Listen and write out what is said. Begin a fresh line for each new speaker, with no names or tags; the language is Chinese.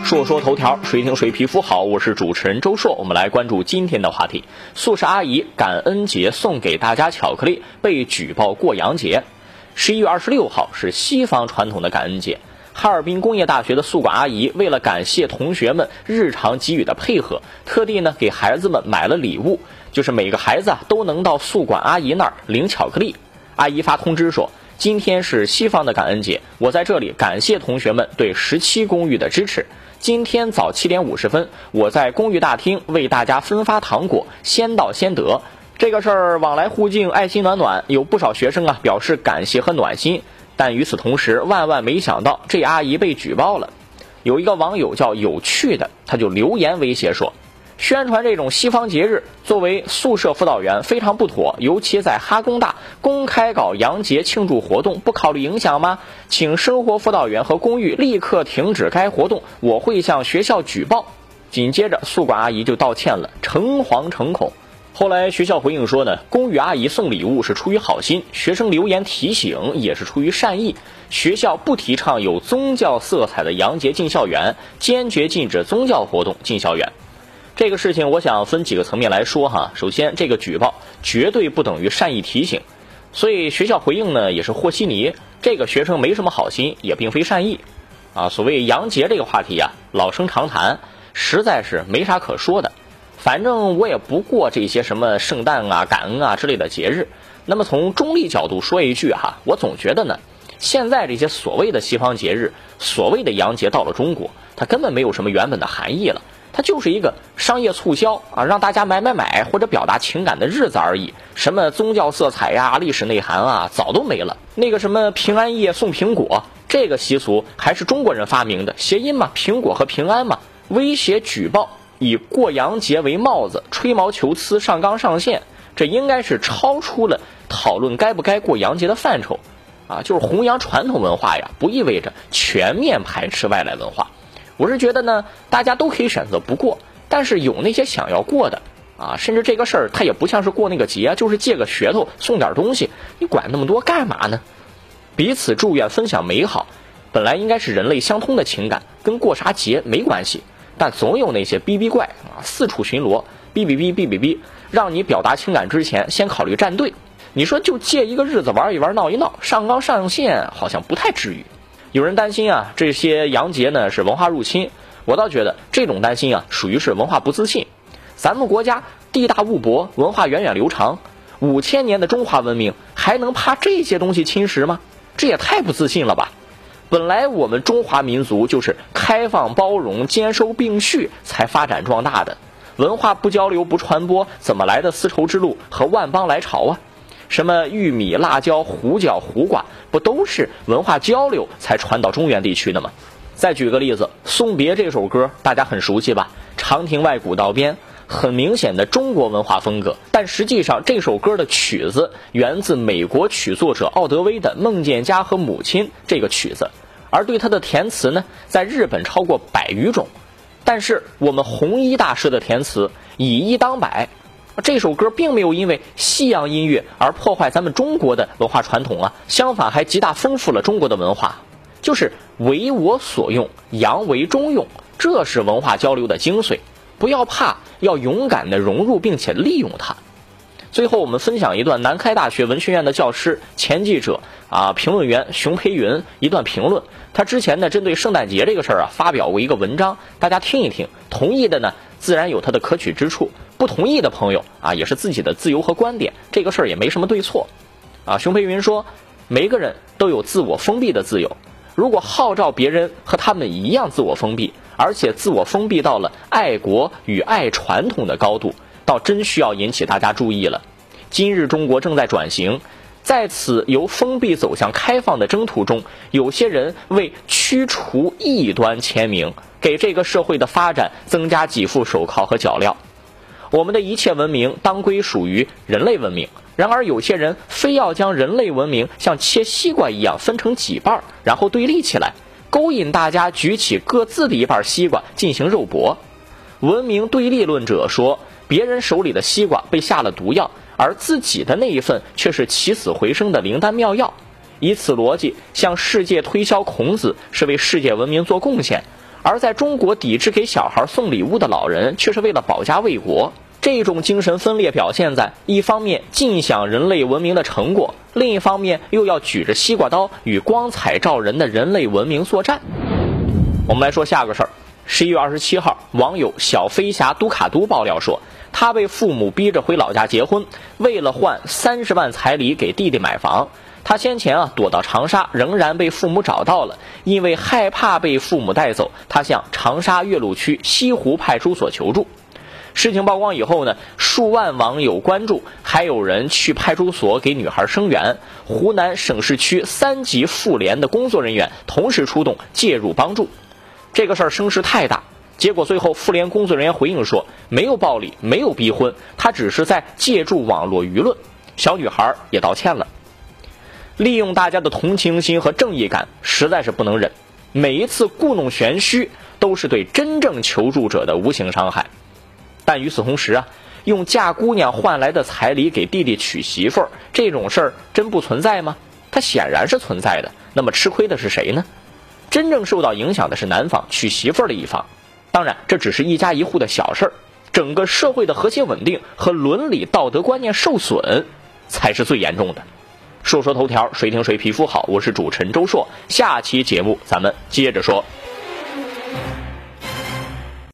说说头条，谁听谁皮肤好，我是主持人周硕。我们来关注今天的话题：宿舍阿姨感恩节送给大家巧克力，被举报过洋节。11月26号是西方传统的感恩节，哈尔滨工业大学的宿管阿姨为了感谢同学们日常给予的配合，特地给孩子们买了礼物，就是每个孩子都能到宿管阿姨那儿领巧克力。阿姨发通知说，今天是西方的感恩节，我在这里感谢同学们对17公寓的支持。今天早7点50分，我在公寓大厅为大家分发糖果，先到先得。这个事儿往来互敬，爱心暖暖，有不少学生表示感谢和暖心。但与此同时，万万没想到这阿姨被举报了。有一个网友叫有趣的，他就留言威胁说，宣传这种西方节日，作为宿舍辅导员非常不妥，尤其在哈工大公开搞洋节庆祝活动，不考虑影响吗？请生活辅导员和公寓立刻停止该活动，我会向学校举报。紧接着宿管阿姨就道歉了，诚惶诚恐。后来学校回应说公寓阿姨送礼物是出于好心，学生留言提醒也是出于善意，学校不提倡有宗教色彩的洋节进校园，坚决禁止宗教活动进校园。这个事情我想分几个层面来说首先，这个举报绝对不等于善意提醒，所以学校回应也是和稀泥，这个学生没什么好心，也并非善意所谓洋节这个话题老生常谈，实在是没啥可说的。反正我也不过这些什么圣诞感恩之类的节日。那么从中立角度说一句我总觉得现在这些所谓的西方节日，所谓的洋节到了中国，它根本没有什么原本的含义了，它就是一个商业促销让大家买或者表达情感的日子而已。什么宗教色彩历史内涵早都没了。那个什么平安夜送苹果，这个习俗还是中国人发明的，谐音嘛，苹果和平安嘛。威胁举报，以过洋节为帽子，吹毛求疵，上纲上线，这应该是超出了讨论该不该过洋节的范畴就是弘扬传统文化不意味着全面排斥外来文化。我是觉得大家都可以选择不过，但是有那些想要过的甚至这个事儿它也不像是过那个节，就是借个噱头送点东西，你管那么多干嘛呢？彼此祝愿，分享美好，本来应该是人类相通的情感，跟过啥节没关系。但总有那些逼逼怪四处巡逻，逼，让你表达情感之前先考虑站队。你说就借一个日子玩一玩，闹一闹，上纲上线好像不太至于。有人担心这些洋节是文化入侵，我倒觉得这种担心属于是文化不自信。咱们国家地大物博，文化源远流长，5000年的中华文明还能怕这些东西侵蚀吗？这也太不自信了吧。本来我们中华民族就是开放包容兼收并蓄才发展壮大的，文化不交流不传播，怎么来的丝绸之路和万邦来朝什么玉米辣椒胡椒胡瓜，不都是文化交流才传到中原地区的吗？再举个例子，送别这首歌大家很熟悉吧，长亭外古道边，很明显的中国文化风格，但实际上这首歌的曲子源自美国曲作者奥德威的《梦见家和母亲》这个曲子，而对它的填词在日本超过100余种。但是我们弘一大师的填词以一当百，这首歌并没有因为西洋音乐而破坏咱们中国的文化传统相反还极大丰富了中国的文化，就是为我所用，洋为中用，这是文化交流的精髓。不要怕，要勇敢地融入并且利用它。最后我们分享一段南开大学文学院的教师、前记者评论员熊培云一段评论。他之前针对圣诞节这个事儿发表过一个文章，大家听一听，同意的自然有它的可取之处，不同意的朋友也是自己的自由和观点，这个事儿也没什么对错熊培云说，每个人都有自我封闭的自由，如果号召别人和他们一样自我封闭，而且自我封闭到了爱国与爱传统的高度，倒真需要引起大家注意了。今日中国正在转型，在此由封闭走向开放的征途中，有些人为驱除异端签名，给这个社会的发展增加几副手铐和脚镣。我们的一切文明当归属于人类文明，然而有些人非要将人类文明像切西瓜一样分成几瓣，然后对立起来，勾引大家举起各自的一瓣西瓜进行肉搏。文明对立论者说，别人手里的西瓜被下了毒药，而自己的那一份却是起死回生的灵丹妙药。以此逻辑向世界推销孔子是为世界文明做贡献， 而在中国抵制给小孩送礼物的老人却是为了保家卫国。这种精神分裂表现在一方面尽享人类文明的成果，另一方面又要举着西瓜刀与光彩照人的人类文明作战。我们来说下个事儿。11月27号，网友小飞侠杜卡都爆料说，他被父母逼着回老家结婚，为了换30万彩礼给弟弟买房。他先前躲到长沙，仍然被父母找到了，因为害怕被父母带走，他向长沙岳麓区西湖派出所求助。事情曝光以后呢，数万网友关注，还有人去派出所给女孩声援。湖南省市区3级妇联的工作人员同时出动介入帮助。这个事儿声势太大，结果最后妇联工作人员回应说，没有暴力，没有逼婚，他只是在借助网络舆论。小女孩也道歉了。利用大家的同情心和正义感实在是不能忍，每一次故弄玄虚都是对真正求助者的无形伤害。但与此同时用嫁姑娘换来的彩礼给弟弟娶媳妇儿，这种事儿真不存在吗？它显然是存在的。那么吃亏的是谁呢？真正受到影响的是男方娶媳妇儿的一方。当然，这只是一家一户的小事儿，整个社会的和谐稳定和伦理道德观念受损才是最严重的。说说头条，谁听谁皮肤好，我是主持人周硕，下期节目咱们接着说。